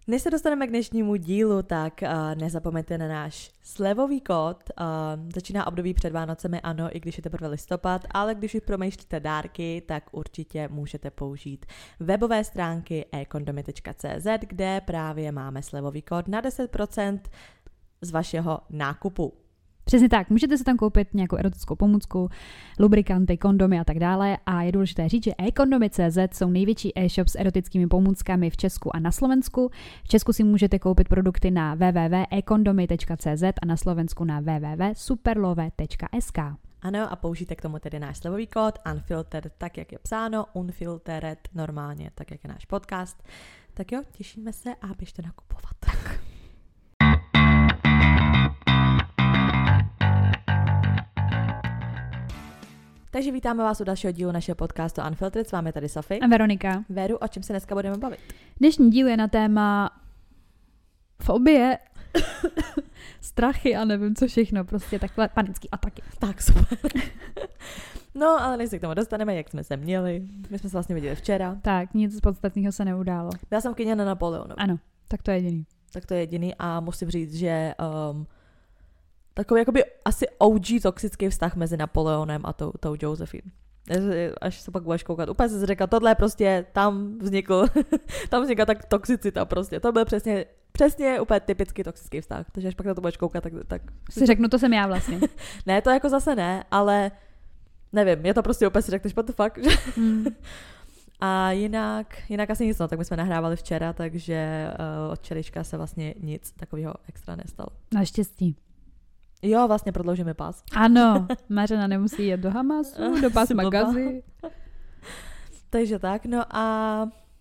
Než se dostaneme k dnešnímu dílu, tak nezapomeňte na náš slevový kód. Začíná období před Vánocemi, ano, i když je teprve listopad, ale když už promýšlíte dárky, tak určitě můžete použít webové stránky ekondomy.cz, kde právě máme slevový kód na 10% z vašeho nákupu. Přesně tak, můžete si tam koupit nějakou erotickou pomůcku, lubrikanty, kondomy a tak dále a je důležité říct, že ekondomy.cz jsou největší e-shop s erotickými pomůckami v Česku a na Slovensku. V Česku si můžete koupit produkty na www.ekondomy.cz a na Slovensku na www.superlove.sk. Ano, a použijte k tomu tedy náš slevový kód Unfiltered, tak jak je psáno, Unfiltered normálně, tak jak je náš podcast. Tak jo, těšíme se a běžte nakupovat. Tak. Takže vítáme vás u dalšího dílu našeho podcastu Unfiltered. S vámi je tady Sofie. A Veronika. Véru, o čem se dneska budeme bavit? Dnešní díl je na téma fobie, strachy a nevím co všechno, prostě takhle panický ataky. Tak, super. No, ale než se k tomu dostaneme, jak jsme se měli. My jsme se vlastně viděli včera. Tak, nic podstatného se neudálo. Byla jsem v kyně na Napoleonu. Ano, tak to je jediný. Tak to je jediný a musím říct, že takový jakoby asi OG toxický vztah mezi Napoleonem a tou Josephine. Až se pak budeš koukat, úplně jsem si řekla, tohle prostě tam vznikla tak toxicita prostě. To byl přesně úplně typický toxický vztah. Takže až pak na to budeš koukat, tak si řeknu, to jsem já vlastně. Ne, to jako zase ne, ale nevím, je to prostě úplně si řekneš, what the fuck. A jinak asi nic, no, tak my jsme nahrávali včera, takže od včerejška se vlastně nic takového extra nestalo. Naštěstí. Jo, vlastně prodloužíme pás. Ano, Mařena nemusí jít do Hamasu, do pásma Gazy. Takže tak, no a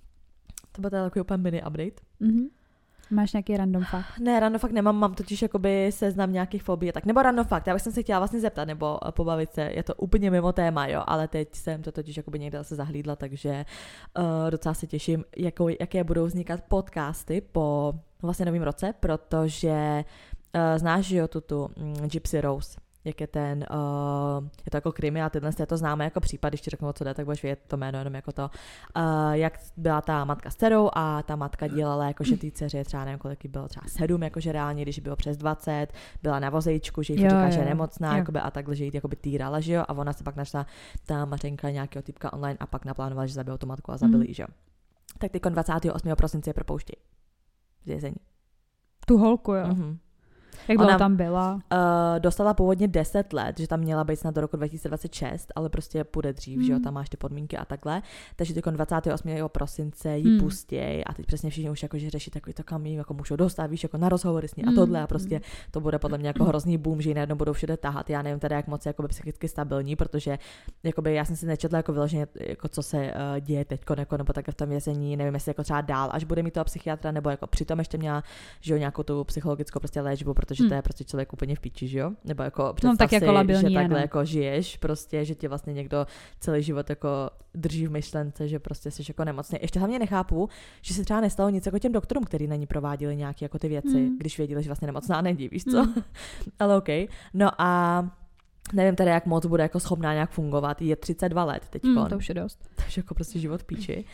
to byl takový úplně mini update. Mm-hmm. Máš nějaký random fakt? Ne, random fakt nemám, mám totiž jakoby seznam nějakých fobií, tak nebo random fakt, já bych se chtěla vlastně zeptat, nebo pobavit se, je to úplně mimo téma, jo, ale teď jsem to totiž jakoby někde zase zahlídla, takže docela se těším, jaké budou vznikat podcasty po vlastně novém roce, protože znáš, jo, tu Gypsy Rose, jak je ten, je to jako krimi a tyhle je to známé jako případ, když ti řeknu, o co jde, tak budeš vědět to jméno, jenom jako to, jak byla ta matka s dcerou a ta matka dělala, jakože té dceři třeba nevím, kolik bylo, třeba 7, jakože reálně, když bylo přes 20, byla na vozejčku, že jí říká, že je nemocná, jakoby, a takhle, že jí jakoby týrala, že jo, a ona se pak našla ta Mařenka nějakého typka online a pak naplánovala, že zabijou tu matku a zabili jí, že jo. Tak teď 28. prosince je propouštějí z vězení. Tu holku, jo. Mm-hmm. Jak dlouho tam byla? Dostala původně 10 let, že tam měla být snad do roku 2026, ale prostě půjde dřív, že jo, tam máš ty podmínky a takhle. Takže teď 28. prosince jí pustěj a teď přesně všichni už jakože řeší takový to, kam jí jako můžou dostat, víš, jako na rozhovory s ní a tohle a prostě to bude podle mě jako hrozný boom, že ji najednou budou všude tahat. Já nevím teda, jak moc jakoby psychicky stabilní, protože jakoby já jsem si nečetla jako vyloženě, jako co se děje teďko, nebo tak v tom vězení, nevím, jestli jako třeba dál, až bude mít toho psychiatra, nebo jako přitom ještě měla, že jo, nějakou tu psychologickou prostě léčbu, protože to je prostě člověk úplně v píči, že jo? Nebo jako představ tak jako labilní, že takhle ano. jako žiješ, prostě, že ti vlastně někdo celý život jako drží v myšlence, že prostě jsi jako nemocný. Ještě hlavně nechápu, že se třeba nestalo nic jako těm doktorům, kteří na ní prováděli nějaké jako ty věci, když věděli, že vlastně nemocná není, víš co? Ale okej. No a nevím teda, jak moc bude jako schopná nějak fungovat. Je 32 let teďko. To už je dost. Takže jako prostě život píči.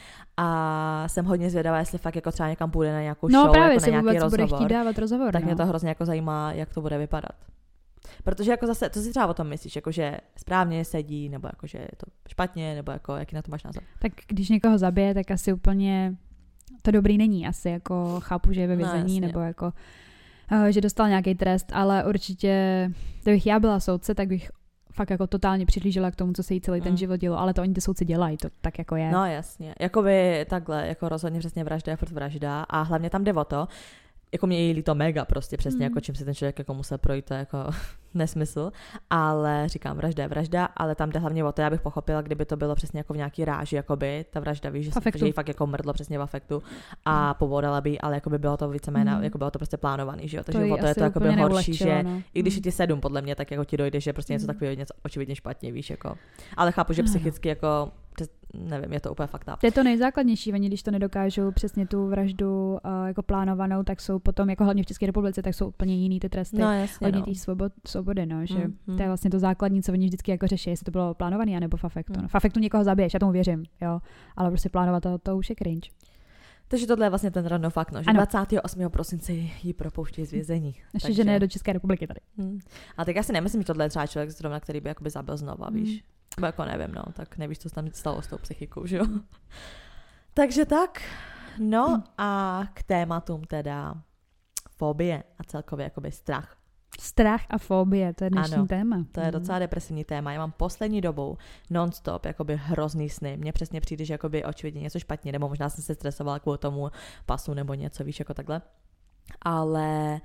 A jsem hodně zvědavá, jestli fakt jako třeba někam půjde na nějakou show, právě jako na nějaký rozhovor. Bude chtít dávat rozhovor. Tak mě to hrozně jako zajímá, jak to bude vypadat. Protože jako zase, co si třeba o tom myslíš, jako že správně sedí, nebo jako že je to špatně, nebo jako jaký na to máš názor? Tak když někoho zabije, tak asi úplně to dobrý není. Asi jako chápu, že je ve vězení, nebo jako že dostal nějaký trest, ale určitě, kdybych já byla soudce, tak bych fakt jako totálně přihlížela k tomu, co se jí celý ten život dělo, ale to oni ty soudci dělají, to tak jako je. No jasně, jakoby takhle, jako rozhodně přesně vražda je furt vražda a hlavně tam jde o to, jako mě je líto mega prostě přesně, jako čím se ten člověk jako musel projít, to je jako nesmysl, ale říkám, vražda je vražda, ale tam jde hlavně o to, já bych pochopila, kdyby to bylo přesně jako v nějaký ráži, jakoby ta vražda, víš, že jí fakt jako mrdlo přesně v afektu a povodala by, ale jako by bylo to víceméně, jako bylo to prostě plánovaný, že jo, takže o to je to jako by horší, že i když je ti 7 podle mě, tak jako ti dojde, že prostě něco takového, něco očividně špatně, víš, jako, ale chápu, že psychicky jako nevím, je to úplně fakt up. To je to nejzákladnější, oni když to nedokážou přesně tu vraždu jako plánovanou, tak jsou potom, jako hlavně v České republice, tak jsou úplně jiný ty tresty, hodně té svobody, no, že to je vlastně to základní, co oni vždycky jako řeší, jestli to bylo plánované, anebo v afektu. No, v afektu někoho zabiješ, já tomu věřím, jo, ale prostě plánovat to už je cringe. Takže tohle je vlastně ten random fakt, no, že ano. 28. prosince ji propouštějí z vězení. Ještě, že ne do České republiky tady. A tak já si nemyslím, že tohle je třeba člověk zrovna, který by jakoby zabil znova, víš. Bo jako nevím, no, tak nevíš, co se tam stalo s tou psychikou, že jo. Takže tak, no a k tématům teda fobie a celkově jakoby strach. Strach a fobie, to je dnešní téma. To je docela depresivní téma. Já mám poslední dobou non-stop jakoby hrozný sny. Mně přesně přijde, že jakoby očividně něco špatně, nebo možná jsem se stresovala kvůli tomu pasu nebo něco, víš, jako takhle. Ale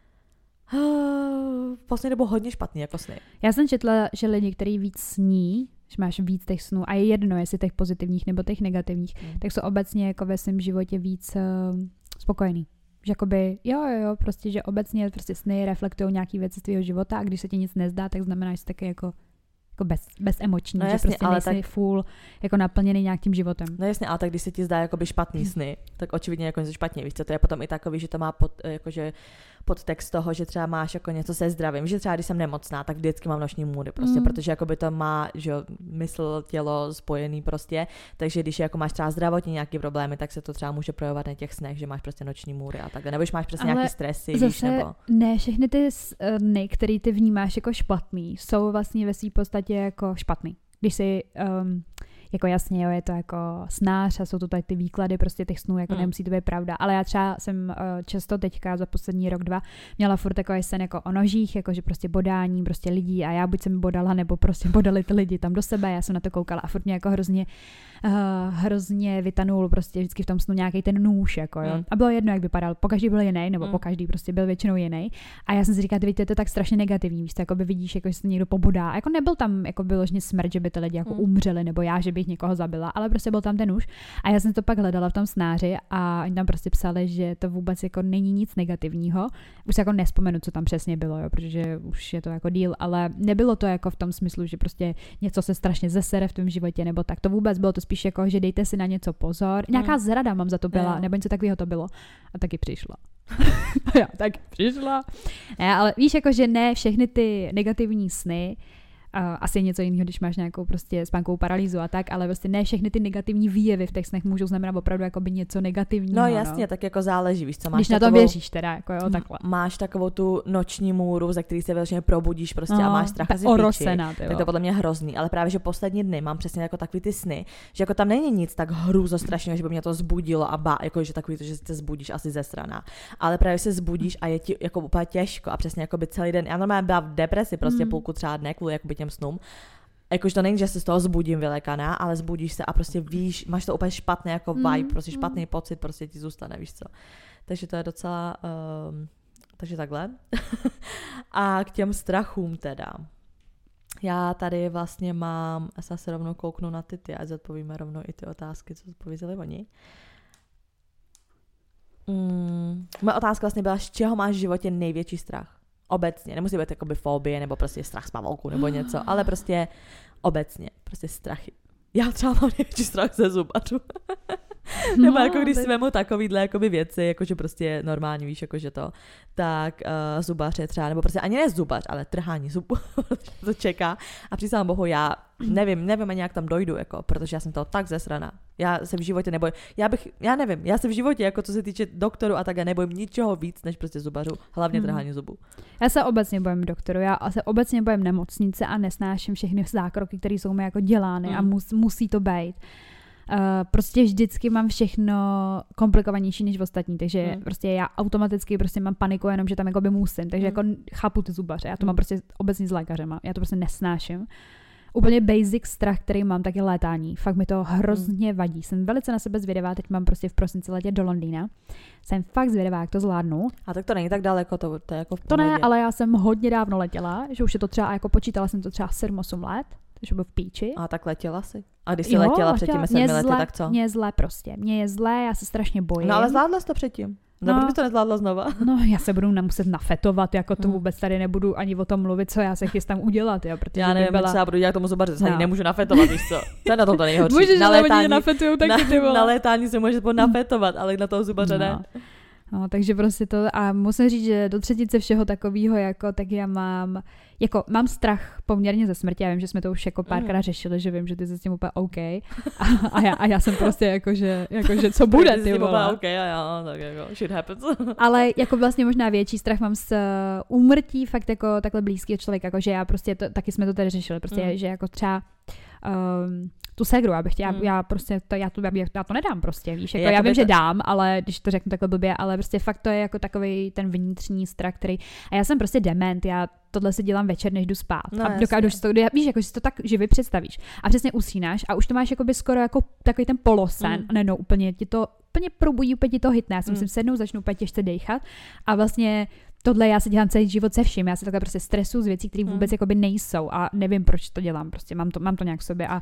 v poslední dobou hodně špatný jako sny. Já jsem četla, že lidi, kteří víc sní, že máš víc těch snů a je jedno, jestli těch pozitivních nebo těch negativních, tak jsou obecně jako ve svém životě víc spokojený. Že jakoby, jo, prostě, že obecně prostě sny reflektují nějaký věci z tvého života a když se ti nic nezdá, tak znamená, že jsi taky jako bezemoční, no, že jasně, prostě nejsi tak full jako naplněný nějakým životem. No jasně, ale tak když se ti zdá jakoby špatný sny, tak očividně jako něco špatně, víš co, to je potom i takový, že to má podtext toho, že třeba máš jako něco se zdravím, že třeba když jsem nemocná, tak vždycky mám noční můry prostě, protože jakoby to má, že jo, mysl, tělo spojený prostě, takže když jako máš třeba zdravotní nějaký problémy, tak se to třeba může projevovat na těch snech, že máš prostě noční můry a tak, nebo když máš prostě nějaký stresy, zase víš, nebo ne, všechny ty sny, který ty vnímáš jako špatný, jsou vlastně ve své podstatě jako špatný. Když si jako jasně, jo, je to jako snář a jsou to tady ty výklady prostě těch snů, jako nemusí to být pravda, ale já třeba jsem často teďka za poslední rok, 2 měla furt takový sen jako o nožích, jako že prostě bodání prostě lidí a já buď jsem bodala, nebo prostě bodali ty lidi tam do sebe, já jsem na to koukala a furt mě jako hrozně vytanul prostě vždycky v tom snu nějaký ten nůž, jako jo. A bylo jedno, jak vypadal, pokaždý byl jiný, nebo pokaždý prostě byl většinou jiný. A já jsem si říkala, víte, to je tak strašně negativní, víš, to jako by vidíš, jako že se někdo pobodá. A jako nebyl tam jako vyloženě smrt, že by ty lidi jako umřeli, nebo já, že bych někoho zabila, ale prostě byl tam ten nůž. A já jsem to pak hledala v tom snáři a oni tam prostě psali, že to vůbec jako není nic negativního. Už se jako nespomenu, co tam přesně bylo, jo, protože už je to jako díl, ale nebylo to jako v tom smyslu, že prostě něco se strašně zesere v tom životě, nebo tak. To vůbec bylo to spíš jako, že dejte si na něco pozor. Nějaká zrada mám za to byla, nebo něco takového to bylo. A taky přišla. Já taky přišla. Ne, ale víš, jako, že ne všechny ty negativní sny, asi něco jiného, když máš nějakou prostě spánkovou paralýzu a tak, ale prostě ne všechny ty negativní výjevy v těch snech můžou znamenat opravdu jako by něco negativního. No jasně, tak jako záleží, víš co, máš když na to věříš teda, jako jo, takhle. Máš takovou tu noční můru, za který se vlastně probudíš prostě a máš strach z píči, tak to podle mě hrozný, ale právě, že poslední dny mám přesně jako takový ty sny, že jako tam není nic tak hrůzostrašného, že by mě to zbudilo a jako že takový to, že se zbudíš asi zesraná, ale právě se zbudíš a je ti jako úplně těžko a přesně jako by celý den, já normálně byla v depresi prostě půlku třeba dne kvůli jako by těm snům. Jakože to není, že se z toho zbudím vylekaná, ale zbudíš se a prostě víš, máš to úplně špatné jako vibe, prostě špatný pocit prostě ti zůstane, víš co. Takže to je docela, takže takhle. A k těm strachům teda. Já tady vlastně mám, já se rovnou kouknu na ty a zodpovíme rovnou i ty otázky, co odpověděli oni. Moje otázka vlastně byla, z čeho máš v životě největší strach? Obecně, nemusí být jakoby fobie nebo prostě strach z pavouku nebo něco, ale prostě obecně, prostě strachy. Já třeba mám největší strach ze zubařů. Nebo jako když si vemu takovýhle jakoby věci, jakože prostě normální, víš, jakože to, tak zubaře třeba, nebo prostě ani ne zubař, ale trhání zubu, to čeká. A přísahám Bohu, já nevím ani jak tam dojdu, jako, protože já jsem toho tak zesraná. Já se v životě nebojím, já se v životě, jako co se týče doktoru a tak, já nebojím ničeho víc, než prostě zubařů, hlavně trhání zubu. Já se obecně bojím doktoru, já se obecně bojím nemocnice a nesnáším všechny zákroky, které jsou mi jako dělány a musí to být. Prostě vždycky mám všechno komplikovanější než ostatní, takže prostě já automaticky prostě mám paniku jenom, že tam jakoby musím, takže jako chápu ty zubaře, já to mám prostě obecně s lékařema, já to prostě nesnáším. Úplně basic strach, který mám, tak je létání. Fakt mi to hrozně vadí. Jsem velice na sebe zvědavá, teď mám prostě v prosinci letět do Londýna. Jsem fakt zvědavá, jak to zvládnu. A tak to není tak daleko, to je jako v pohodě. To ne, ale já jsem hodně dávno letěla, že už je to třeba, jako počítala jsem to třeba 7-8 let, takže byl v píči. A tak letěla si? A když jsi letěla před těmi 7 lety, tak co? Mně je zlé prostě. Mně je zlé, já se strašně bojím. No ale zvládla jsi to předtím. Proč bys to nezvládla znova? No, já se budu muset nafetovat, jako to vůbec tady nebudu ani o tom mluvit, co já se chystám udělat, jo, protože já nevím, co já budu dělat tomu zubaři, ani nemůžu nafetovat, víš co? To je na tom to nejhorší. Můžeš, na létání nafetujou taky, ty vole. Na létání se můžeš nafetovat, ale na toho zubaře ne. No, takže prostě to, a musím říct, že do třetice všeho takového, jako, tak já mám strach poměrně ze smrti, já vím, že jsme to už jako párkrát řešili, že vím, že ty jsi s tím úplně OK, a já jsem prostě jakože co bude, ty vole. OK, a já, tak jako shit happens. Ale jako vlastně možná větší strach mám z úmrtí fakt jako takhle blízkého člověka, jako že já prostě, taky jsme to tady řešili, prostě, že jako třeba tu ségru, já to nedám prostě, víš, jako já vím, že dám, ale když to řeknu takhle blbě, ale prostě fakt to je jako takovej ten vnitřní strach, který, a já jsem prostě dement, já tohle si dělám večer, než jdu spát. No, a dokážu si to, víš, jako si to tak živě představíš. A přesně usínáš a už to máš jakoby skoro jako takový ten polosen, a úplně ti to probudí, úplně ti to hitne. Já jsem si sednou, začnu úplně těžce dejchat a vlastně tohle já si dělám celý život se vším. Já se takhle prostě stresu z věcí, které vůbec jakoby nejsou a nevím, proč to dělám. Prostě mám to nějak v sobě a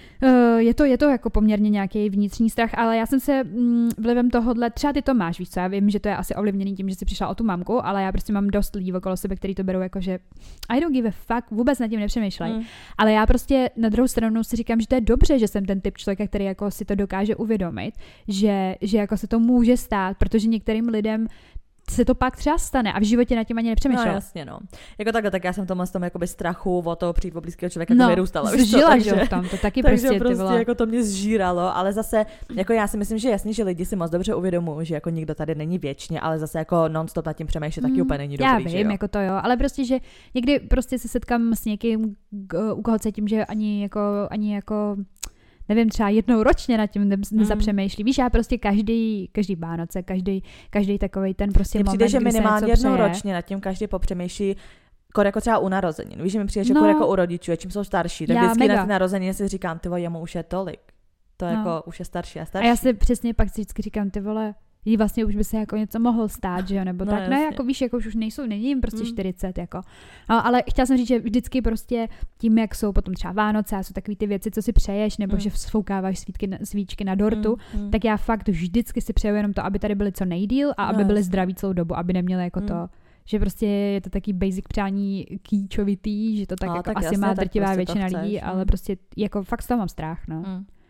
je to jako poměrně nějaký vnitřní strach, ale já jsem se vlivem tohohle, třeba ty to máš, víš co, já vím, že to je asi ovlivněný tím, že jsi přišla o tu mamku, ale já prostě mám dost lidí okolo sebe, kteří to berou jako, že I don't give a fuck, vůbec nad tím nepřemýšlej. Ale já prostě na druhou stranu si říkám, že to je dobře, že jsem ten typ člověka, který jako si to dokáže uvědomit, že jako se to může stát, protože některým lidem se to pak třeba stane a v životě nad tím ani nepřemýšlel. No jasně, no. Jako takhle, tak já jsem v tomhle jakoby strachu o to přijít o blízkého člověka jako vyrůstala. Žila, že v tom, to taky takže prostě ty vole. Jako to mě zžíralo, ale zase, jako já si myslím, že jasně, že lidi si moc dobře uvědomují, že jako nikdo tady není věčně, ale zase jako non-stop nad tím přemýšlet taky úplně není dobrý. Já vím, jako to jo, ale prostě, že někdy prostě se setkám s někým, u koho cítím, že ani jako nevím, třeba jednou ročně nad tím nezapřemýšlí. Víš, já prostě každý Vánoce, každý takovej ten prostě moment, přijde, že kdy minimálně jednou ročně nad tím každý popřemýšlí, jako třeba u narozenin. Víš, že mi přijde, že jako u rodičů, čím jsou starší, tak vždycky na ty narozeniny si říkám, ty vole, jemu už je tolik. To jako už je starší a starší. A já si přesně pak si vždycky říkám, ty vole, jí vlastně už by se jako něco mohlo stát, že jo, nebo tak, ne, jako víš, jako už není jim prostě 40, jako. No, ale chtěla jsem říct, že vždycky prostě tím, jak jsou potom třeba Vánoce a jsou takový ty věci, co si přeješ, nebo že sfoukáváš svíčky na dortu, tak já fakt vždycky si přeju jenom to, aby tady byly co nejdýl a aby byly zdraví celou dobu, aby neměly jako to, že prostě je to taky basic přání kýčovitý, že to tak jako tak asi jasně, má drtivá prostě většina lidí, ale prostě jako fakt z toho mám strach, no.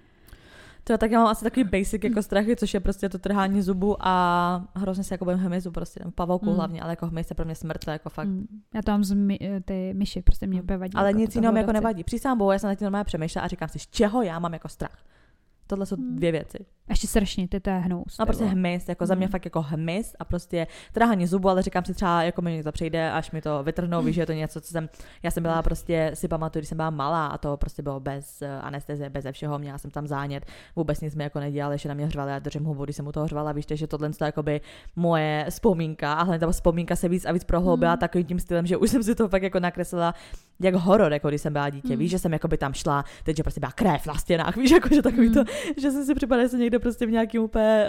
Tak já mám asi takový basic jako strachy, což je prostě to trhání zubu a hrozně se jako bojím hmyzu, prostě pavouku hlavně, ale jako hmyz je pro mě smrt, jako fakt. Já to mám ty myši, prostě mě úplně vadí. Ale jako nic jiného jako nevadí. Přísám bohu, já jsem na tím normálně přemýšlela a říkám si, z čeho já mám jako strach. Tohle jsou dvě věci. Ještě strašně, to je hnus. No prostě hmyz, jako za mě fakt jako hmyz a prostě trhání zubu, ale říkám si třeba, jako mi to přijde, až mi to vytrhnou, víš, že je to něco, co já jsem byla prostě, si pamatuju, když jsem byla malá a to prostě bylo bez anestezie, bez všeho, měla jsem tam zánět, vůbec nic mi jako nedělali, že na mě hřvali, já držím hubu, když jsem u toho hřvala, víš, že tohle je jakoby moje vzpomínka a hlavně ta vzpomínka se víc a víc prohloubila takovým tím stylem, že už jsem si to fakt jako nakreslila jak horor, jako když jsem byla dítě, víš, že jsem jakoby tam šla, teď že prostě byla krev na stěnách, víš, jako že takový to, že jsem si připadala, že jsem někde prostě v nějakým úplně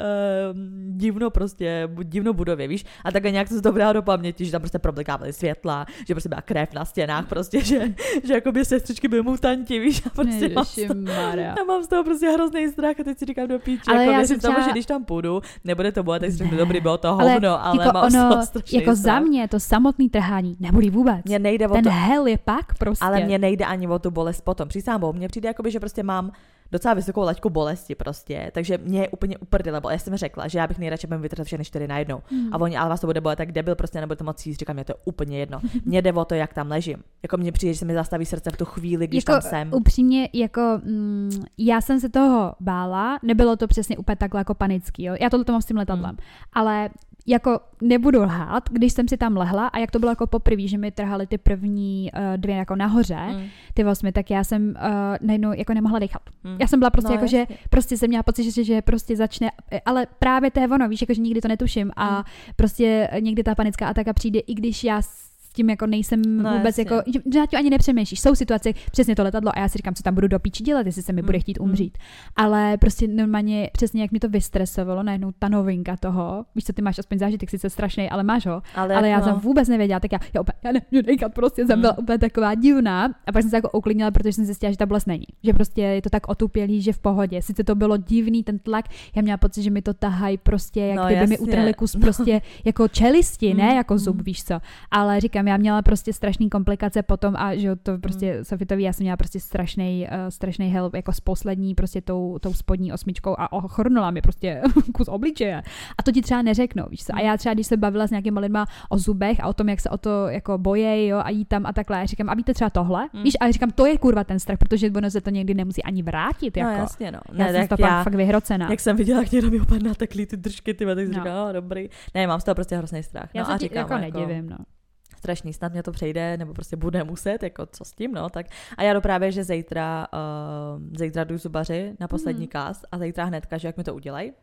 divnou budově, víš, a takhle nějak jsem si to vydala do paměti, že tam prostě problikávaly světla, že prostě byla krev na stěnách, prostě, že jakoby sestřičky byly mutanti, víš, a prostě mám z toho prostě hrozný strach a teď si říkám do píči, ale jako věřím tomu, že když tam půjdu, nebude to bolet, tak si řeknu, dobrý, bylo to hovno, ale jako mám z toho strašný jako strach. za mě to samotný trhání nebolí vůbec. Mně nejde o ten to, hell je pak prostě. Ale mně nejde ani o tu bolest potom. Přísám bohu, mně přijde jakoby, že prostě mám docela vysokou laťku bolesti prostě, takže mě je úplně uprdele, bo já jsem řekla, že já bych nejradši bym vytrhla všechny 4 najednou. A oni, ale vás to bude bolet tak debil, prostě nebudete moc jíst, říkám, mě to je úplně jedno. Mně jde o to, jak tam ležím. Jako mně přijde, že se mi zastaví srdce v tu chvíli, když jako, tam jsem. Upřímně, jako já jsem se toho bála, nebylo to přesně úplně takhle jako panický, jo. Já tohle to mám s tím letadlem, ale jako nebudu lhát, když jsem si tam lehla a jak to bylo jako poprvé, že mi trhali ty první 2 jako nahoře, ty 8, tak já jsem najednou jako nemohla dechat. Já jsem byla prostě jako, že prostě jsem měla pocit, že prostě začne, ale právě to je ono, víš, jako, že nikdy to netuším a prostě někdy ta panická ataka přijde, i když já tím jako nejsem vůbec jasně. Jako, že na tím ani nepřemýšlíš. Jsou situace, přesně to letadlo a já si říkám, co tam budu do píči dělat, jestli se mi bude chtít umřít. Ale prostě normálně přesně jak mi to vystresovalo, najednou ta novinka toho, víš co, ty máš aspoň zážitek, sice strašný, ale máš ho, ale já jsem vůbec nevěděla, tak já nemůžu nechat, prostě jsem byla úplně taková divná a pak jsem se jako uklidnila, protože jsem zjistila, že ta bolest není. Že prostě je to tak otupělý, že v pohodě. Sice to bylo divný ten tlak, já měla pocit, že mi to tahají prostě, jak kdyby mi utrhli kus prostě jako čelisti, ne jako zub, víš co. Ale říkám, říkám, já měla prostě strašný komplikace potom a že to prostě Sofitový, já jsem měla prostě strašný help jako s poslední prostě tou spodní 8 a ochrnula mi prostě kus obličeje. A to ti třeba neřeknou, víš co? A já třeba, když se bavila s nějakýma lidma o zubech a o tom, jak se o to jako bojejí, jo, a jít tam a takhle, já říkám, a víte třeba tohle? Víš, a já říkám, to je kurva ten strach, protože ono se to někdy nemusí ani vrátit, jako. No jasně, no. Já jsem to fakt vyhrocená. Jak jsem viděla, jak někdo mi úplně natekly ty držky, tak jsem říkala, dobrý. Ne, mám z toho prostě hrozný strach. Já se říkám, jako nedivím, no. Strašný, snad mě to přejde, nebo prostě bude muset, jako co s tím, no, tak. A já doprávě, že zítra jdu zubaři na poslední cast a zítra hnedka, že jak mi to udělají.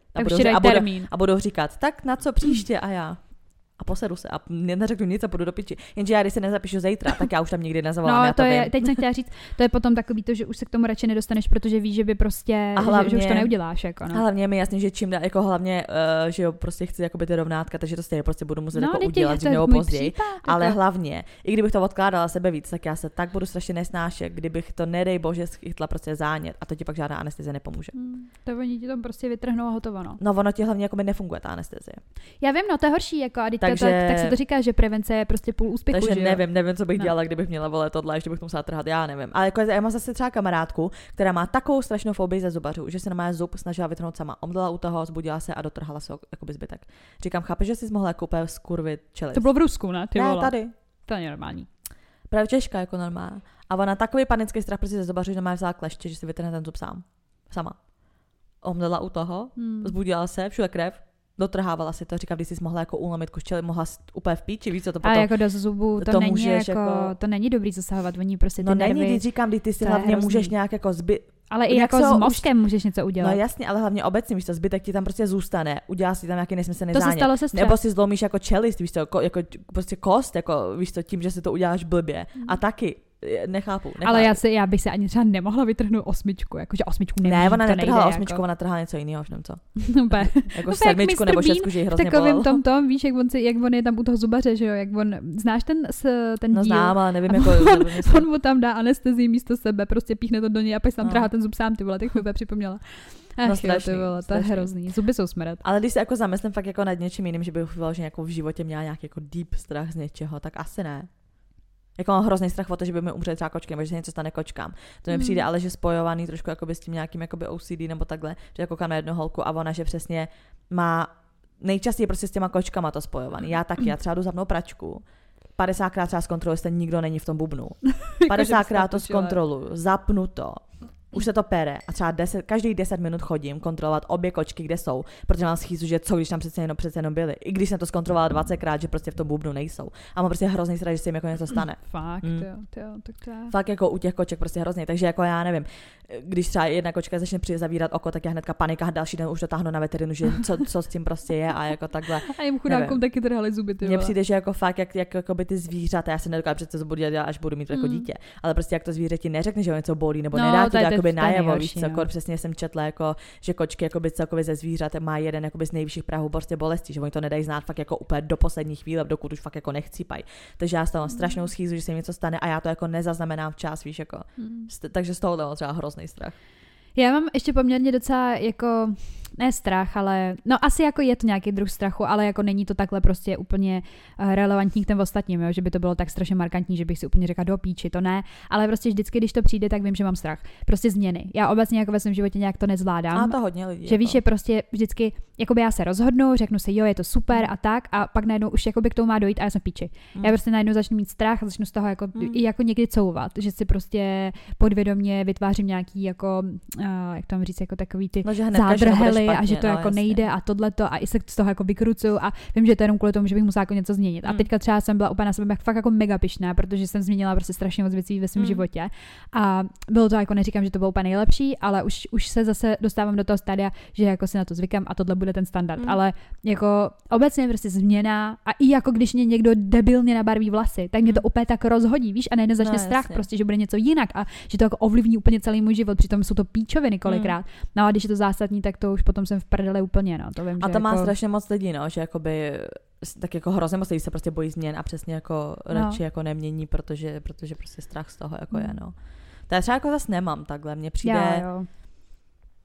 A budou říkat, tak na co příště a já. A posedu se a neřeknu nic a půjdu do piči. Jenže já, když se nezapíšu zítra, tak já už tam nikdy nezavolám. No, teď jsem chtěla říct, to je potom takový to, že už se k tomu radši nedostaneš, protože víš, že by prostě, že už to neuděláš. Jako, no. A hlavně mi jasně, že čím dál, jako hlavně, že jo, prostě chci jakoby ty rovnátka, takže to stejně prostě budu muset jako udělat, že nebo později. Ale jako... hlavně, i kdybych to odkládala sebe víc, tak já se tak budu strašně nesnášet, kdybych to, nedej bože, chytla prostě zánět a to ti pak žádná anestezie nepomůže. To oni ti to prostě vytrhnou a hotovo, no. No, ono ti hlavně jako nefunguje ta anestezie. Já vím, no, to je horší, jako tak se to říká, že prevence je prostě půl úspěchu. Takže nevím, co bych dělala, kdybych měla vole tohle, ještě bych to musela trhat, já nevím. Ale jako já mám zase třeba kamarádku, která má takovou strašnou fobii ze zubařů, že se na má zub snažila vytrhnout sama. Omdlela u toho, zbudila se a dotrhala se jakoby zbytek. Říkám, chápeš, že jsi mohla jako úplně skurvit čelist. To bylo v Rusku, ne? Ty ne, vole. Tady. To je normální. Právě Češka jako normální. A ona takový panický strach prostě ze zubařů, že má vzala kleště, že si vytrhne ten zub sama. Omdlela u toho, zbudila se, všude krev. Dotrhávala si to, říkám, když jsi mohla jako ulomit koštěli, mohla úplně v píči, víš co to potom. A jako do zubu to není jako, to není dobrý zasahovat, oni prostě ty nervy. No není, když říkám, když ty si hlavně můžeš nějak jako ale i jako s mozkem můžeš něco udělat. No jasně, ale hlavně obecně, víš co, zbytek ti tam prostě zůstane, udělá si tam nějaký nesmyslný zánět. To se stalo se nebo si zlomíš jako čelist, víš co, jako prostě kost, jako víš co, tím, že si to uděláš blbě. A taky nechápu. Ale já bych se ani třeba nemohla vytrhnout 8, jakože 8 nemůžu. Ne, ona netrhala 8, jako. Ona trhala něco jiného, už nevím co. Jako 7 nebo 6, že ji hrozně bolelo. V tom, víš, jak on je tam u toho zubaře, že jo, jak on, znáš ten no, díl? Znám, ale nevím, jako... On mu tam dá anestezii místo sebe, prostě píchne to do něj a pak tam trhá ten zub sám, ty vole, tak mi připomněla. No strašný, to je hrozný. Zuby jsou smrt. Ale když se jako zamyslím fakt jako nad něčím jiným, že bych vyloženě jako v životě měla nějaký jako deep strach z něčeho, tak asi ne. Jako mám hrozný strach o to, že by mi umřely třeba kočky, nebo že se něco stane kočkám. To mi přijde ale, že spojovaný trošku jakoby s tím nějakým jakoby OCD nebo takhle, že jako koukám na jednu holku a ona, že přesně má nejčastěji prostě s těma kočkama to spojovaný. Já taky, já třeba jdu zapnout pračku, 50krát třeba zkontroluji, jestli nikdo není v tom bubnu. 50krát to zkontroluju, zapnu to. Už se to pere a třeba každých 10 minut chodím kontrolovat obě kočky, kde jsou, protože mám schýzu, že co, když tam přece jenom byly. I když jsem to zkontrolovala 20krát, že prostě v tom bubnu nejsou. A mám prostě hrozný strach, že se jim jako něco stane. Fakt, tak to je. Fakt jako u těch koček prostě hrozný. Takže jako já nevím, když třeba jedna kočka začne zavírat oko, tak já hnedka panika, další den už dotáhnu na veterinu, že co s tím prostě je a jako takhle. A jim chudákům taky trhali zuby, ty vole. Mně přijde, že jako fakt jak by ty zvířata, já se nedokážu přece to budu dělat, až budu mít jako dítě, ale prostě jak to zvíře ti neřekne, že ho něco bolí nebo nedá ti jakoby najevo, víš co, přesně jsem četla jako, že kočky jakoby celkově ze zvířat má jeden jakoby z nejvyšších prahů prostě bolesti, že oni to nedají znát fakt jako úplně do poslední chvíle, dokud už fakt jako nechcípají. Takže já stávám strašnou schýzu, že se jim něco stane a já to jako nezaznamenám včas, víš jako. Takže z toho dalo třeba hrozný strach. Já mám ještě poměrně docela jako, ne strach, ale, no asi jako je to nějaký druh strachu, ale jako není to takhle prostě úplně relevantní k těm ostatním, jo? Že by to bylo tak strašně markantní, že bych si úplně řekla do píči, to ne, ale prostě vždycky, když to přijde, tak vím, že mám strach. Prostě změny. Já obecně jako ve svém životě nějak to nezvládám. A to hodně lidí. Že víš, že prostě vždycky, jakoby já se rozhodnu, řeknu si, jo, je to super a tak, a pak najednou už jakoby k tomu má dojít a já jsem v píči. Já prostě najednou začnu mít strach a začnu z toho jako, i jako někdy couvat, že si prostě podvědomě vytvářím nějaký jako, jak to mám říct, jako takový ty zádrhely a že to jako jasně. Nejde a tohleto a i se z toho jako vykrucuju a vím, že to je jenom kvůli tomu, že bych musela jako něco změnit. A teďka třeba jsem byla úplně na sebe fakt jako mega pyšná, protože jsem změnila prostě strašně moc věcí ve svém životě. A bylo to jako, neříkám, že to bylo úplně nejlepší, ale už se zase dostávám do toho stádia, že jako si na to zvykám a tohle bude ten standard. Ale jako obecně prostě změna a i jako když mě někdo debilně nabarví vlasy, tak mě to úplně tak rozhodí, víš, a najednou začne strach prostě, že bude něco jinak a že to jako ovlivní úplně celý můj život, přitom jsou to píčoviny kolikrát. No a když je to zásadní, tak to už potom jsem v prdeli úplně, no. To vím, a to že má jako... strašně moc lidí, no, že jakoby tak jako hrozně moc lidí se prostě bojí změn a přesně jako radši jako nemění, protože prostě strach z toho jako je, no. To já třeba jako zase nemám takhle, mně přijde... Jo.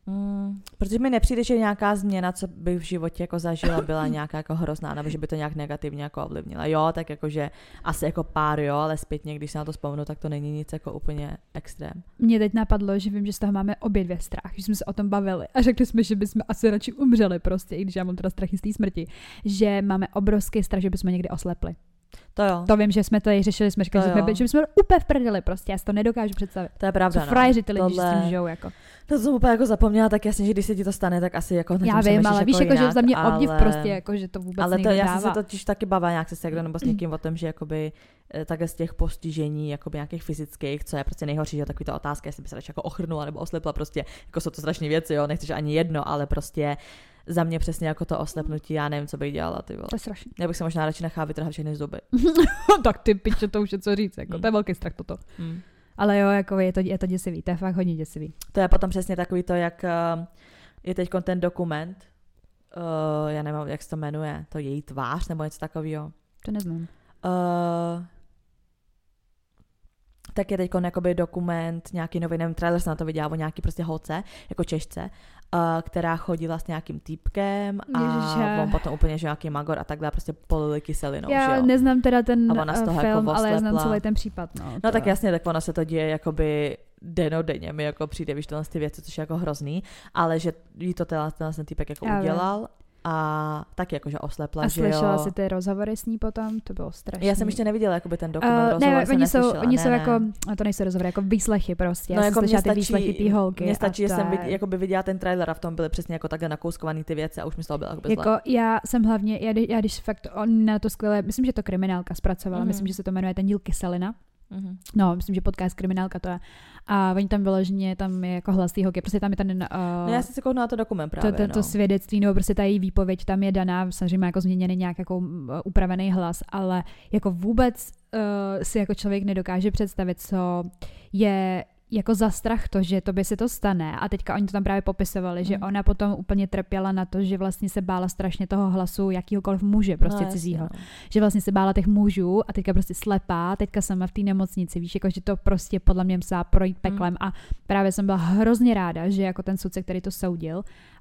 Protože mi nepřijde, že nějaká změna, co bych v životě jako zažila, byla nějaká jako hrozná, nebo že by to nějak negativně jako ovlivnila. Jo, tak jakože asi jako pár jo, ale zpětně, když se na to vzpomenu, tak to není nic jako úplně extrém. Mně teď napadlo, že vím, že z toho máme obě dvě strach, že jsme se o tom bavili a řekli jsme, že bychom asi radši umřeli prostě, i když já mám teda strach z té smrti, že máme obrovský strach, že bychom někdy oslepli. To jo. To vím, že jsme tady řešili, jsme říkali, že jsme úplně v prdeli prostě, já si to nedokážu představit. To je pravda, co frajeři ty lidi, že s tím žijou, jako. To jsem úplně jako zapomněla, tak jasně, že když se ti to stane, tak asi jako já vím, ale víš, jako, že za mě obdiv prostě, jako, že to vůbec ale to já dává. jsem se totiž taky bavila nějak se sekdo nebo s někým o tom, že jakoby takhle z těch postižení, jakoby nějakých fyzických, co je prostě nejhorší, že takový to otázka, jestli by se radši jako ochrnula nebo oslepla, prostě, jako jsou to strašné věci, jo, nechceš ani jedno, ale prostě za mě přesně jako to oslepnutí, já nevím, co bych dělala, ty vole. To je strašný. Já bych se možná radši nechala vytrhat všechny zuby. Tak ty piče, to už je co říct, jako, to je velký strach toto. Ale jo, jako je to děsivý, to je fakt hodně děsivý. To je potom přesně takový to, jak je teď ten dokument, já nevím, jak se to jmenuje, to její tvář nebo něco takového. To neznám. Tak je teď jakoby dokument, nějaký nový, nevím, trailer se na to viděla, o nějaký prostě holce, jako Češce, která chodila s nějakým týpkem a on potom úplně, že nějaký magor a takhle prostě polili kyselinou, já neznám teda ten film, jako ale já znám celý ten případ. No tak jasně, tak ono se to děje jakoby denodenně, mi jako přijde, víš, tohle ty věci, což je jako hrozný, ale že jí to ten týpek jako udělal. A taky jakože oslepla, a že jo. A slyšela si ty rozhovory s ní potom? To bylo strašný. Já jsem ještě neviděla jakoby ten dokument, rozhovor jsem neslyšela. Oni jsou jako, to nejsou rozhovory, jako výslechy prostě. No já jako jsem slyšela ty výslechy té holky. Mně stačí, že jsem jakoby viděla ten trailer a v tom byly přesně jako takhle nakouskovaný ty věci a už mi z toho bylo jakoby zle. Jako já jsem hlavně, já když fakt, on na to skvěle, myslím, že to Kriminálka zpracovala, myslím, že se to jmenuje ten díl Kyselina. No, myslím, že podcast Kriminálka to je. A oni tam vyloženě, tam je jako hlas té holky, prostě tam je ten... no já jsem si koukala na to dokument právě, to svědectví, nebo prostě ta její výpověď tam je daná, samozřejmě jako změněný nějak jako upravený hlas, ale jako vůbec si jako člověk nedokáže představit, co je jako za strach to, že tobě se to stane a teďka oni to tam právě popisovali, že ona potom úplně trpěla na to, že vlastně se bála strašně toho hlasu jakýhokoliv muže, prostě cizího. Že vlastně se bála těch mužů a teďka prostě slepá, teďka sama v té nemocnici, víš, jako že to prostě podle mě musela projít peklem a právě jsem byla hrozně ráda, že jako ten soudce, který to soudil,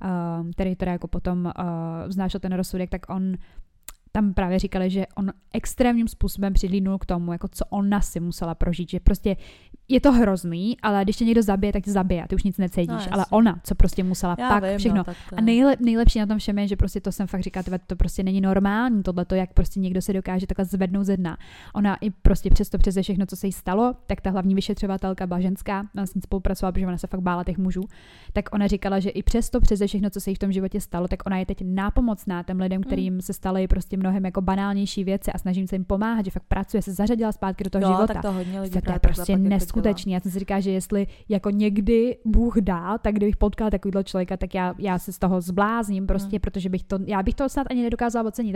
který teda jako potom vznášel ten rozsudek, tak on tam právě říkali, že on extrémním způsobem přihlídnul k tomu, jako co ona si musela prožít, že prostě je to hrozný, ale když tě někdo zabije, tak tě zabije a ty už nic necítíš, ale ona, co prostě musela všechno. A nejlepší na tom všem je, že prostě to jsem fakt říkala, to prostě není normální, tohleto, jak prostě někdo se dokáže takhle zvednout ze dna. Ona i prostě přesto přeze všechno, co se jí stalo, tak ta hlavní vyšetřovatelka byla ženská, ona s ní spolupracovala, protože ona se fakt bála těch mužů, tak ona říkala, že i přesto přeze všechno, co se jí v tom životě stalo, tak ona je teď nápomocná těm lidem, kterým se staly prostě mnohem jako banálnější věci a snažím se jim pomáhat, že fakt pracuje, se zařadila zpátky do toho života. Tak to hodně lidí to je prostě neskutečný. Já jsem si říkala, že jestli jako někdy Bůh dá, tak kdybych potkala takovýhle člověka, tak já se z toho zblázním prostě, protože já bych to snad ani nedokázala ocenit.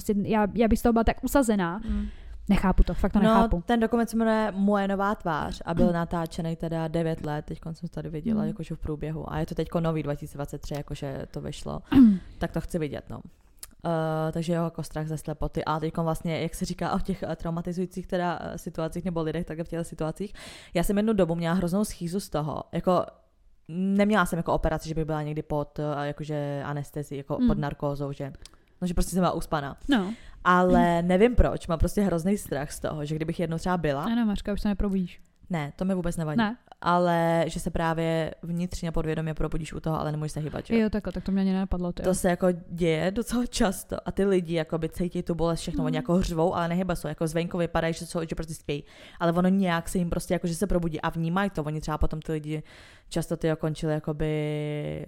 Já bych z toho byla tak usazená. Nechápu to, fakt to nechápu. Ten dokument se jmenuje Moje nová tvář a byl natáčený teda 9 let, teď jsem to tady viděla, jakože v průběhu. A je to teďko nový 2023, jakože to vyšlo. Tak to chci vidět, no. Takže jo, jako strach ze slepoty a teď vlastně, jak se říká o těch traumatizujících teda situacích nebo lidech tak v těchto situacích, já jsem jednu dobu měla hroznou schýzu z toho, jako neměla jsem jako operaci, že bych byla někdy pod jakože anestezí, jako pod narkózou, že prostě jsem byla uspaná. No. Ale nevím proč, mám prostě hrozný strach z toho, že kdybych jednou třeba byla. Ano, Mařka, už se neprobudíš. Ne, to mi vůbec nevadí. Ne. Ale že se právě vnitřně podvědomě probudíš u toho, ale nemůžeš se hýbat, že? Jo, takhle, tak to mě ani nenapadlo. To se jako děje docela často a ty lidi jakoby cítí tu bolest všechno, oni jako hřvou, ale nehyba jsou, jako zvenku vypadají, že prostě spí, ale ono nějak se jim prostě jako, že se probudí a vnímají to, oni třeba potom ty lidi často ty končili jakoby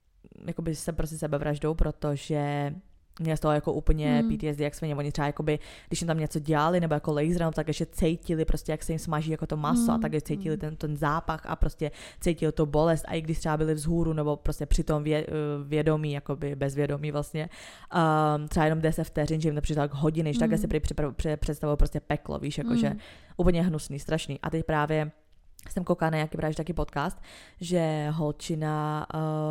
se prostě sebevraždou, protože mě z toho jako úplně PTSD, jak svině, oni třeba jakoby, když jim tam něco dělali, nebo jako laserem, tak ještě cítili prostě, jak se jim smaží jako to maso a tak cítili ten zápach a prostě cítili to bolest a i když třeba byli vzhůru, nebo prostě při tom vědomí, jakoby bezvědomí vlastně, třeba jenom 10 vteřin, že jim to přišlo tak hodiny, že takhle si představují prostě peklo, víš, jakože úplně hnusný, strašný. A teď právě jsem koukala na nějaký právě taky podcast, že holčina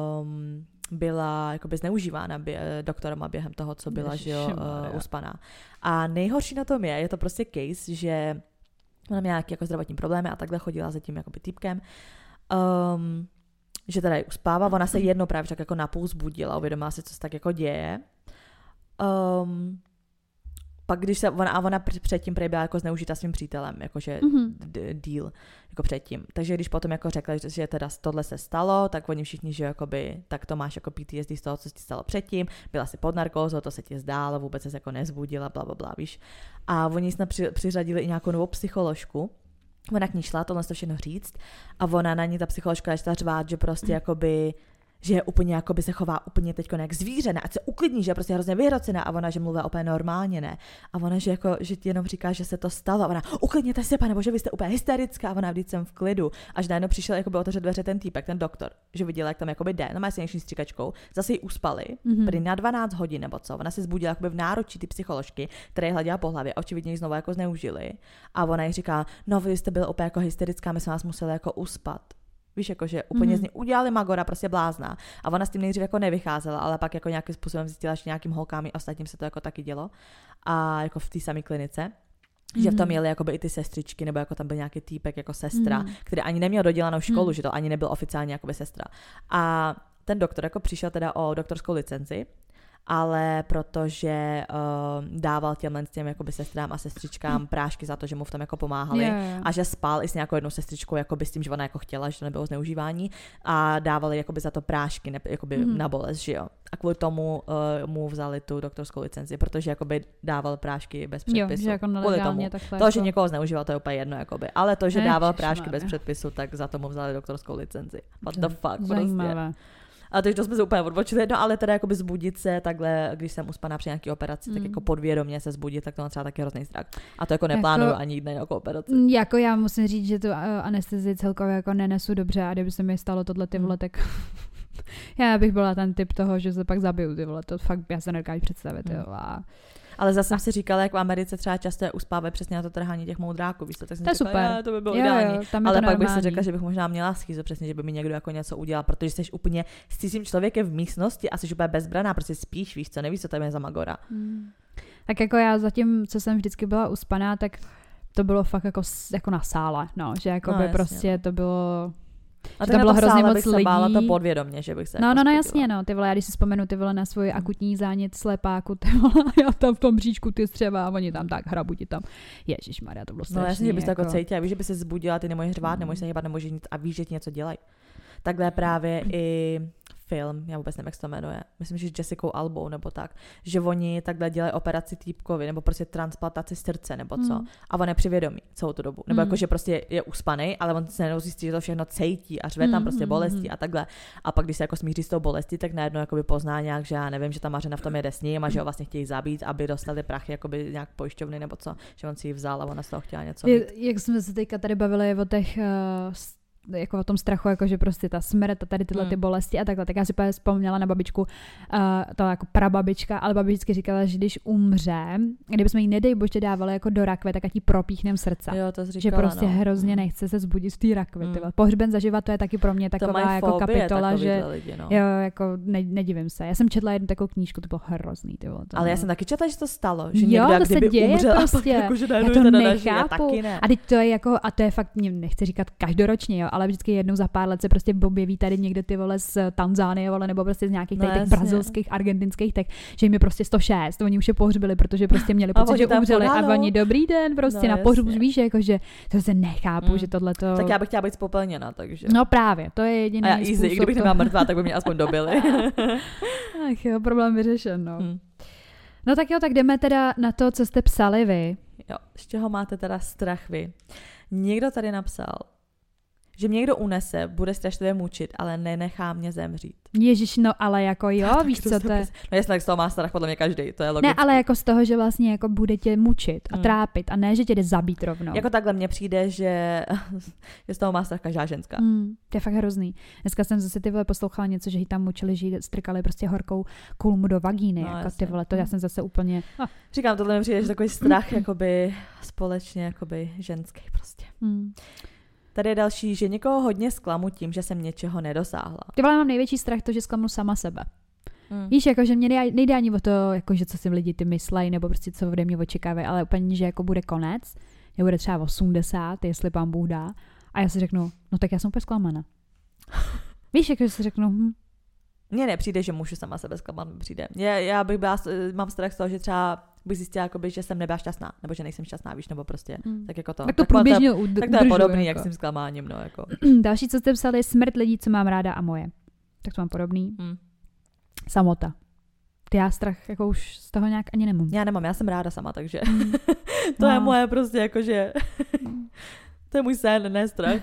byla jakoby zneužívána doktorama během toho, co byla uspaná. A nejhorší na tom je to prostě case, že ona měla nějaké jako zdravotní problémy a takhle chodila za tím jakoby týpkem. že teda ji uspává, ona se jednou právě tak jako napůl zbudila, uvědomila si, co se tak jako děje. Pak když se ona předtím byla jako zneužita svým přítelem, jakože deal, jako předtím. Takže když potom jako řekla, že teda tohle se stalo, tak oni všichni, že jakoby, tak to máš jako PTSD z toho, co se ti stalo předtím, byla si pod narkózou, to se ti zdálo, vůbec se jako nezbudila, blablabla, víš. A oni snad přiřadili i nějakou novou psycholožku. Ona k ní šla tohle všechno říct a ona na ní ta psycholožka začala řvát, že prostě jakoby že je úplně jakoby se chová úplně teďko jak zvíře, ne? Ať se uklidní, že je prostě hrozně vyhrocená a ona, že mluví úplně normálně, ne? A ona, že jako, že ti jenom říká, že se to stalo a ona, uklidněte se, pane bože, vy jste úplně hysterická a ona, vždyť jsem v klidu. Až najednou přišel jakoby otevřet dveře ten týpek, ten doktor, že viděla, jak tam jakoby jde, no má si nějaký stříkačkou, zase ji uspali, prý na 12 hodin nebo co, ona se zbudila jakoby v náručí ty psycholožky, které hladila po hlavě a očividně ji znovu jako zneužili. A ona jí říká, no vy jste byla úplně jako hysterická, my jsme vás museli jako uspat. Víš, jakože úplně z ní udělali magora, prostě blázna. A ona s tím nejdřív jako nevycházela, ale pak jako nějakým způsobem zjistila, že nějakým holkám i ostatním se to jako taky dělo. A jako v té samé klinice. Že v tom jeli jakoby i ty sestřičky, nebo jako tam byl nějaký týpek jako sestra, který ani neměl dodělanou školu, že to ani nebyl oficiálně jakoby sestra. A ten doktor jako přišel teda o doktorskou licenci, ale protože dával těm jakoby sestrám a sestřičkám prášky za to, že mu v tom jako pomáhali a že spal i s nějakou jednou sestřičkou jakoby s tím, že ona jako chtěla, že to nebylo zneužívání a dávali jakoby za to prášky jakoby na bolest, že jo. A kvůli tomu mu vzali tu doktorskou licenci, protože jakoby dával prášky bez předpisu. Jo, že jako kvůli tomu. To, jako... že někoho zneužíval, to je úplně jedno, jakoby. Ale to, že dával prášky bez předpisu, tak za to mu vzali doktorskou licenci. What the fuck, prostě. A takže to jsme se úplně odbočili, no ale teda jakoby zbudit se takhle, když jsem uspaná při nějaký operaci, tak jako podvědomě se zbudit, tak to mám třeba taky hrozný strach. A to jako neplánuju ani jít na nějakou operaci. Jako já musím říct, že tu anestezii celkově jako nenesu dobře a kdyby se mi stalo tohle ty vole, tak já bych byla ten typ toho, že se pak zabiju ty vole, to fakt já se nedokážu představit, jo. Ale zase jsem si říkala, jak v Americe třeba často uspávají přesně na to trhání těch moudráků, víš co, tak jsem říkala, super. To by bylo ideální. Ale pak bych si řekla, že bych možná měla schizo, přesně, že by mi někdo jako něco udělal, protože jsi úplně s cizím člověkem v místnosti a jsi úplně bezbraná, prostě spíš, víš co, nevíš, co tam je za magora. Tak jako já zatím, co jsem vždycky byla uspaná, tak to bylo fakt jako na sále, no, že jako by prostě to bylo... A to bylo hrozně moc lidí. Bála to podvědomě, že bych se No jasně, no, ty vole, já když si vzpomenu ty vole na svůj akutní zánět slepáku, ty vole, já tam v tom bříšku ty střeva a oni tam tak hrabuti tam. Ježišmarja, to bylo strašný. No jasně, že bys to jako cítila, víš, že by se zbudila, ty nemůžeš řvát, nemůžeš se hýbat, nemůžeš nic a víš, že ti něco dělají. Takhle právě i film, já vůbec nevím, jak se to jmenuje, myslím, že s Jessicou Albou nebo tak, že oni takhle dělají operaci týpkovi nebo prostě transplantaci srdce nebo co a on je při vědomí celou tu dobu, nebo jako, že prostě je uspaný, ale on se najednou zjistí, že to všechno cítí a řve tam prostě bolesti a takhle a pak když se jako smíří s tou bolestí, tak najednou jakoby pozná nějak, že já nevím, že ta Mařena v tom jede s ním a že ho vlastně chtějí zabít, aby dostali prachy jakoby nějak pojišťovny nebo co, že on si ji vzal a ona z toho chtěla něco mít. Jak jsme se teďka tady bavili o těch jako o tom strachu, jako že prostě ta smrt a tady tyhle ty bolesti a takhle. Tak já si vzpomněla na babičku, to jako prababička, ale babičky říkala, že když umře, kdybychom jí nedej bože dávali jako do rakve, tak ať jí propíchnem srdce. Jo, to říkala, že prostě hrozně nechce se zbudit z té rakve. Pohřben zaživa, to je taky pro mě taková jako kapitola, že lidi, no. Jo, jako nedivím se. Já jsem četla jednu takovou knížku, to bylo hrozný. Ty vole, ale já jsem taky četla, že to stalo, že jo, někdo to se děje umřel prostě. Jako, že já to nechápu. Ne. A teď to je jako, a to je fakt, nechci říkat každoročně, jo, ale vždycky jednou za pár let se prostě objeví tady někde ty vole z Tanzánie, vole, nebo prostě z nějakých těch brazilských, argentinských, tak že jim je prostě 106, oni už je pohřbili, protože prostě měli pocit, že umřeli a oni dobrý den prostě na pohřbu, víš, jako že to se nechápu, že tohleto. Tak já bych chtěla být spopelněna, takže. No právě, to je jediný způsob. A easy, i kdybych nebyla mrtvá, tak by mě aspoň dobili. Ach jo, problém vyřešen, no. No tak jo, tak jdeme teda na to, co jste psali vy. Jo, z čeho máte teda strach vy? Někdo tady napsal, že mě někdo unese, bude strašlivě mučit, ale nenechá mě zemřít. Ježiš, no ale jako jo, víš co to je. No jasně, tak z toho má strach podle mě každý, to je logické. Ne, ale jako z toho, že vlastně jako bude tě mučit a trápit a ne, že tě jde zabít rovnou. Jako takhle mně přijde, že z toho má strach každá ženská. To je fakt hrozný. Dneska jsem zase ty vole poslouchala něco, že jí tam mučili, že jí strkali prostě horkou kulmu do vagíny. No, jako ty vole, to já jsem zase úplně... Říkám, tohle mi přijde, že takový strach jakoby společně jakoby ženský prostě. Tady je další, že někoho hodně zklamu tím, že jsem něčeho nedosáhla. Ty vole, mám největší strach to, že zklamu sama sebe. Víš, jako, že mě nejde ani o to, jako, že co si lidi ty myslejí, nebo prostě co ode mě očekávají, ale úplně, že jako bude konec, nebude třeba 80, jestli pán Bůh dá, a já si řeknu, no tak já jsem úplně zklamaná. Víš, jako si řeknu, Mně nepřijde, že můžu sama sebe zklamat, přijde. Já bych byla, mám strach z toho, že třeba bych zjistila, jakoby, že jsem nebyla šťastná, nebo že nejsem šťastná, víš, nebo prostě tak jako to. Tak to průběžně tak to je podobný, jako. Jak s tím zklamáním, no, jako. Další, co jste psali, smrt lidí, co mám ráda a moje. Tak to mám podobný. Samota. Já strach jako už z toho nějak ani nemám. Já nemám, já jsem ráda sama, takže to je moje prostě jakože to je můj sen, ne strach.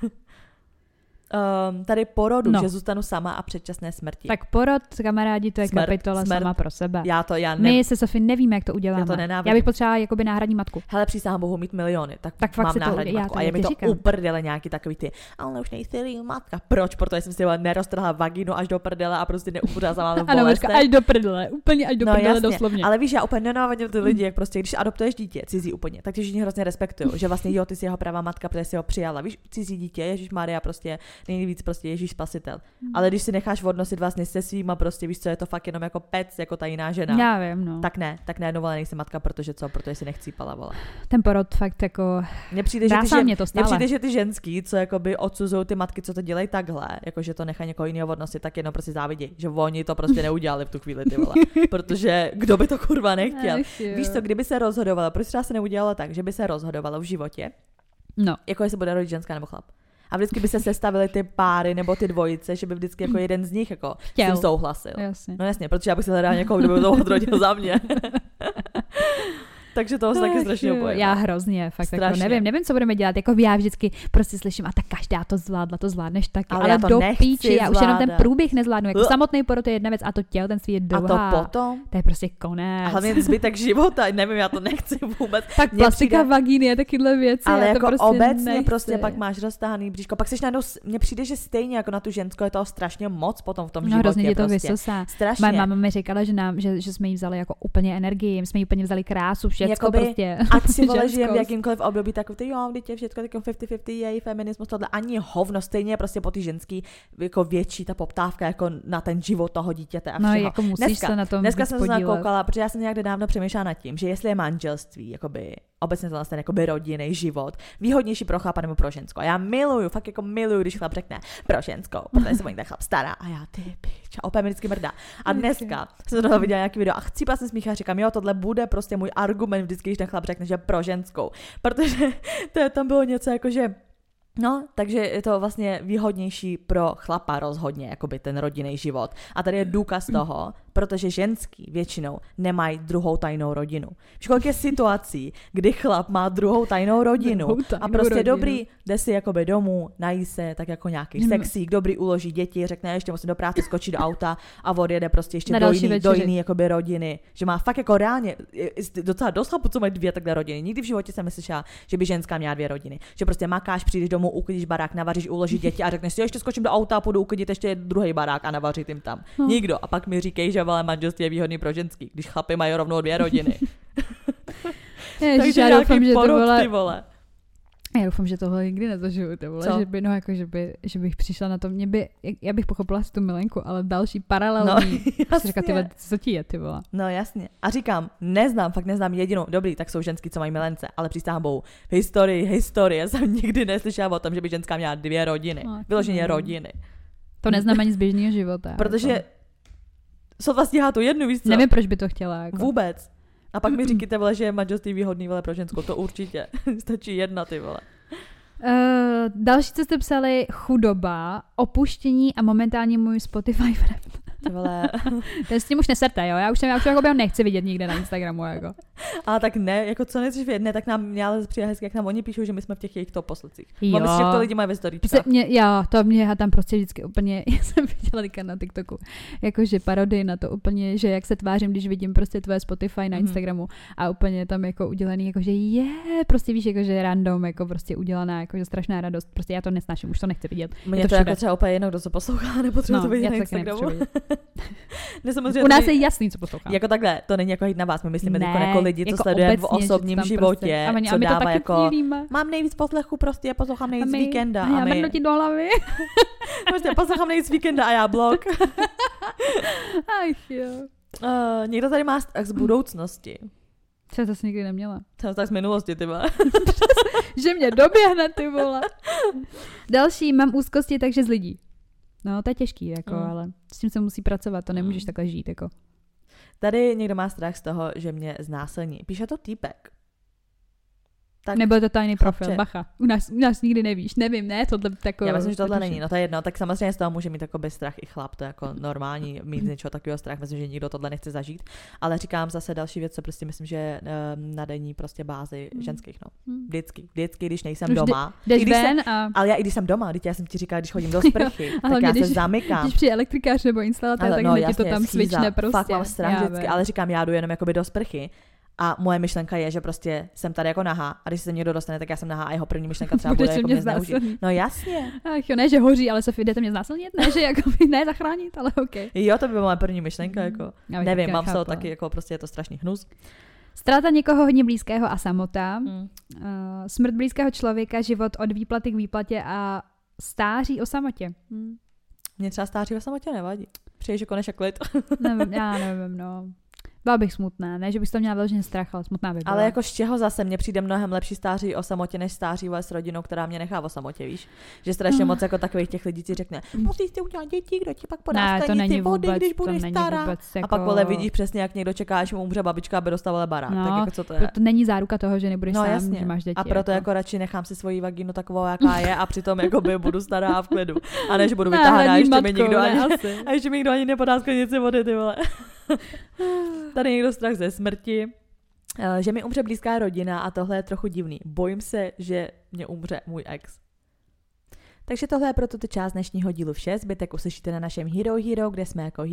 Tady porodu, že zůstanu sama a předčasné smrti. Tak porod, kamarádi, to je kapitola sama pro sebe. My se Sofie nevíme, jak to uděláme. Já to nenávidím. Já bych potřebovala jakoby náhradní matku. Hele, přísahám Bohu mít miliony, tak mám náhradní matku. A je mi to uprdele nějaký takový ty, ale už nejsi matka. Proč? Protože jsem si neroztrhla vagínu až do prdele a prostě neupořázala v bolestech. Až do prdele, úplně až do prdele doslovně. Ale víš, já úplně nenávidím ty lidi, jak prostě když adoptuješ dítě cizí úplně, tak ty všichni hrozně respektují, že vlastně jo, ty jsi jeho pravá matka, protože jsi ho přijala. Víš, cizí dítě, Ježíšmarja, prostě nejvíc prostě Ježíš spasitel. Ale když si necháš odnosit vlastně se svýma, prostě víš co, je to fakt jenom jako pec, jako ta jiná žena. Já vím, no. Tak ne, vole, nejsi matka, protože si nechcípala, vole. Ten porod fakt jako mně přijde, že ty ženský, co jakoby odsuzují ty matky, co to dělají takhle, jako že to nechají někoho jiného odnosit, tak jenom prostě závidí, že oni to prostě neudělali v tu chvíli, ty vole. Protože kdo by to kurva nechtěl. Víš co, kdyby se rozhodovala, proč třeba se neudělalo tak, že by se rozhodovalo v životě, jako jestli bude rodit ženská nebo chlap. A vždycky by se sestavily ty páry nebo ty dvojice, že by vždycky jako jeden z nich jako s tím souhlasil. Jasně. No jasně, protože já bych si hledala někoho, kdo by to odrodil za mě. Takže toho se taky strašně bojím. Já hrozně, fakt jako nevím, co budeme dělat. Jako já vždycky prostě slyším, a tak každá to zvládla, to zvládneš taky. Ale do píči, já už jenom ten průběh nezvládnu. Jako samotný porod je jedna věc a to těhotenství je druhá. A to potom? To je prostě konec. A hlavně zbytek života, nevím, já to nechci vůbec. Tak plastika vagíny je takovýhle věci. Ale jako prostě obecně nechci. prostě pak máš roztáhaný bříško. Pak seš najednou, mně přijde, že stejně jako na tu ženskou je toho strašně moc potom v tom životě. Hrozně je to prostě. vysosá. Strašně. Moje máma mi říkala, že jsme jí vzali jako úplně energii, jsme jí úplně vzali krásu, všecko prostě. Ať si vole, žijem v jakýmkoliv období, tak ty jo, dítě, všechno, tak 50-50, její feminismus, tohle ani hovno, stejně prostě po ty ženský jako větší ta poptávka jako na ten život toho dítěte a všeho. No, jako musíš se na tom dneska jsem se nakoukala, protože já jsem nějak dávno přemýšlela nad tím, že jestli je manželství, jakoby obecně to vlastně jakoby rodinný život, výhodnější pro chlapa nebo pro ženskou. A já fakt jako miluju, když chlap řekne pro ženskou, protože se o ní ten chlap stará a já ty pič, a opět mi vždycky mrdá. A dneska jsem to viděla nějaký video a chcípla jsem smícha a říkám, jo, tohle bude prostě můj argument vždycky, když ten chlap řekne, že pro ženskou, protože tam bylo něco jako, že no, takže je to vlastně výhodnější pro chlapa rozhodně, jakoby ten rodinný život. A tady je důkaz toho, protože ženský většinou nemají druhou tajnou rodinu. Víš, kolik je situací, kdy chlap má druhou tajnou rodinu a prostě rodinu. Dobrý, jde si jakoby domů, nají se, tak jako nějaký sexík, dobrý uloží děti, řekne, ještě musím do práce, skočí do auta a odjede prostě ještě do jiný jakoby rodiny. Že má fakt jako reálně, docela dost chlapů, co mají 2 takhle rodiny. Nikdy v životě jsem neslyšela, že by ženská měla 2 rodiny. Že prostě makáš, přijdeš domů, uklidíš barák, navaříš, uložíš děti a řekneš si, ještě skočím do auta a půjdu uklidit ještě druhý barák a navařit jim tam. Nikdo. A pak mi říkají, že vole manželství je výhodný pro ženský, když chlapi mají rovnou 2 rodiny. Takže já doufám, že porod, to ty vole. Já doufám, že tohle nikdy nezažiju, ty vole, že bych přišla na to, já bych pochopila si tu milenku, ale další paralelní, říkat, ty vole, co ti je, ty vole. No jasně. A říkám, fakt neznám jedinou, dobrý, tak jsou ženský, co mají milence, ale přísahám Bohu, v historii jsem nikdy neslyšela o tom, že by ženská měla 2 rodiny. Vyloženě rodiny. To neznám ani z běžného života. Protože sotva stíhá tu jednu, víš co? Nevím, proč by to chtěla. Jako. Vůbec. A pak mi říkejte, vole, že je manželství výhodný, vole, pro ženskou. To určitě. Stačí jedna, ty vole. Další, co jste psali, chudoba, opuštění a momentálně můj Spotify friend. S tím už neserte, jo? Já už jako nechci vidět nikde na Instagramu, jako. A tak ne, jako co nechceš vědět, ne, tak nám měla přijde hezky, jak nám oni píšou, že my jsme v těch jejich top poslecích. Myslím, že to lidi mají ve storíčkách. Já tam prostě vždycky úplně, já jsem viděla teďka na TikToku, jakože parodii na to úplně, že jak se tvářím, když vidím prostě tvoje Spotify na Instagramu a úplně tam jako udělaný, jakože prostě víš, jakože random, jako prostě udělaná, jakože strašná radost, prostě já to nesnáším, už to nechci vidět. Mně to jako třeba úplně jedno, kdo se poslouchá, nepotřebuje to vidět na Instagramu. U nás je jasný, co poslouchám. Jako takhle, to není jako jít na vás, my myslíme jako lidi, co sledujeme v osobním životě, prostě, co dává jako, mám nejvíc poslechu, prostě poslouchám nejvíc víkenda. A já mrdnu ti do hlavy. Prostě poslouchám nejvíc víkenda a já blog. Ach jo. Někdo tady má z budoucnosti. Co to jsi nikdy neměla? To tak z minulosti, ty vole. Že mě doběhne, ty vole. Další, mám úzkosti, takže z lidí. No, to je těžký, jako, ale s tím se musí pracovat, to nemůžeš takhle žít, jako. Tady někdo má strach z toho, že mě znásilní. Píše to týpek. Tak nebo je to tajný profil, bacha. U nás nikdy nevíš, nevím, ne, tohle tako. Já myslím, že tohle není, no to je jedno, tak samozřejmě z toho může mít jakoby strach i chlap, to je jako normální mít z něčeho takového strach, myslím, že nikdo tohle nechce zažít, ale říkám zase další věc, co prostě myslím, že na denní prostě bázi ženských, no. Vždycky, když nejsem doma. Ale já i když jsem doma, já jsem ti říkala, když chodím do sprchy, tak já se zamykám. Když přijde elektrikář nebo instalatér, tak no, ti to tam switchne prostě. Fakt mám strach vždycky, ale říkám, já jdu jenom jakoby do sprchy. A moje myšlenka je, že prostě jsem tady jako nahá a když se někdo dostane, tak já jsem nahá a jeho první myšlenka třeba bude jako mě zneužít. No jasně. Ach jo, ne, že hoří, ale Sofie, jdete mě znásilnit? Ne, že jako ne zachránit, ale okej. Jo, to by byla moje první myšlenka, jako. Nevím, mám z toho taky, jako prostě je to strašný hnus. Ztráta někoho hodně blízkého a samota. Smrt blízkého člověka, život od výplaty k výplatě a stáří o samotě. Mně třeba stáří o samotě nevadí. Přijdeš jako než a klid. Já nevím, no. Byla bych smutná, ne, že bych to měla vyloženě strach, ale smutná bych byla. Ale jako z čeho zase mně přijde mnohem lepší stáří o samotě, než stáří s rodinou, která mě nechá o samotě, víš? Že strašně moc jako takových těch lidí ti řekne, musíš si udělat děti, kdo ti pak podá sklenici vody, když budeš stará. Jako... A pak vole vidíš přesně, jak někdo čeká, až mu umře babička, aby dostala barák. No, tak jako co to je? To není záruka toho, že nebudeš sám, jasně. že máš děti. A proto jako radši nechám si svoji vagínu takovou, jaká je, a přitom jakoby budu stará a v klidu. A než budu vytáhaná, ještě mi nikdo ani nepodá sklenici vody, ty vole. Tady někdo strach ze smrti, že mi umře blízká rodina a tohle je trochu divný. Bojím se, že mě umře můj ex. Takže tohle je pro tuto část dnešního dílu vše. Zbytek uslyšíte na našem Hero Hero, kde jsme jako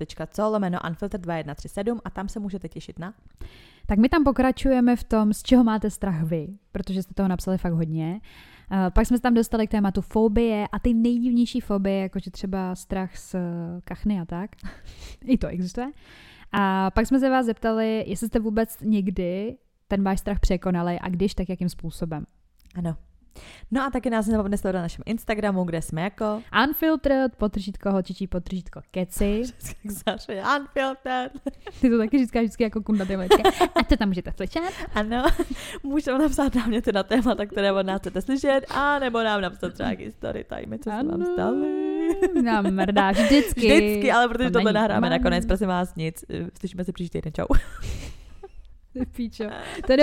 herohero.co/unfiltered237 a tam se můžete těšit na. Tak my tam pokračujeme v tom, z čeho máte strach vy, protože jste toho napsali fakt hodně. Pak jsme se tam dostali k tématu fobie a ty nejdivnější fobie, jakože třeba strach z kachny a tak. I to existuje. A pak jsme se vás zeptali, jestli jste vůbec někdy ten váš strach překonali a když, tak jakým způsobem. Ano. No a taky nás nezapomeňte sledovat na našem Instagramu, kde jsme jako Unfiltered, _keci. Unfiltered. Ty to taky říkáš vždycky jako kunda témačka. A to tam můžete slyšet. Ano, můžete napsat náměty na témata, které od nás chcete slyšet, a nebo nám napsat třeba story time, co se vám stali. Nám mrdá vždycky. Ale protože tohle nahráme nakonec, prosím vás, nic. Slyšíme se příští týden, čau. Píčo. To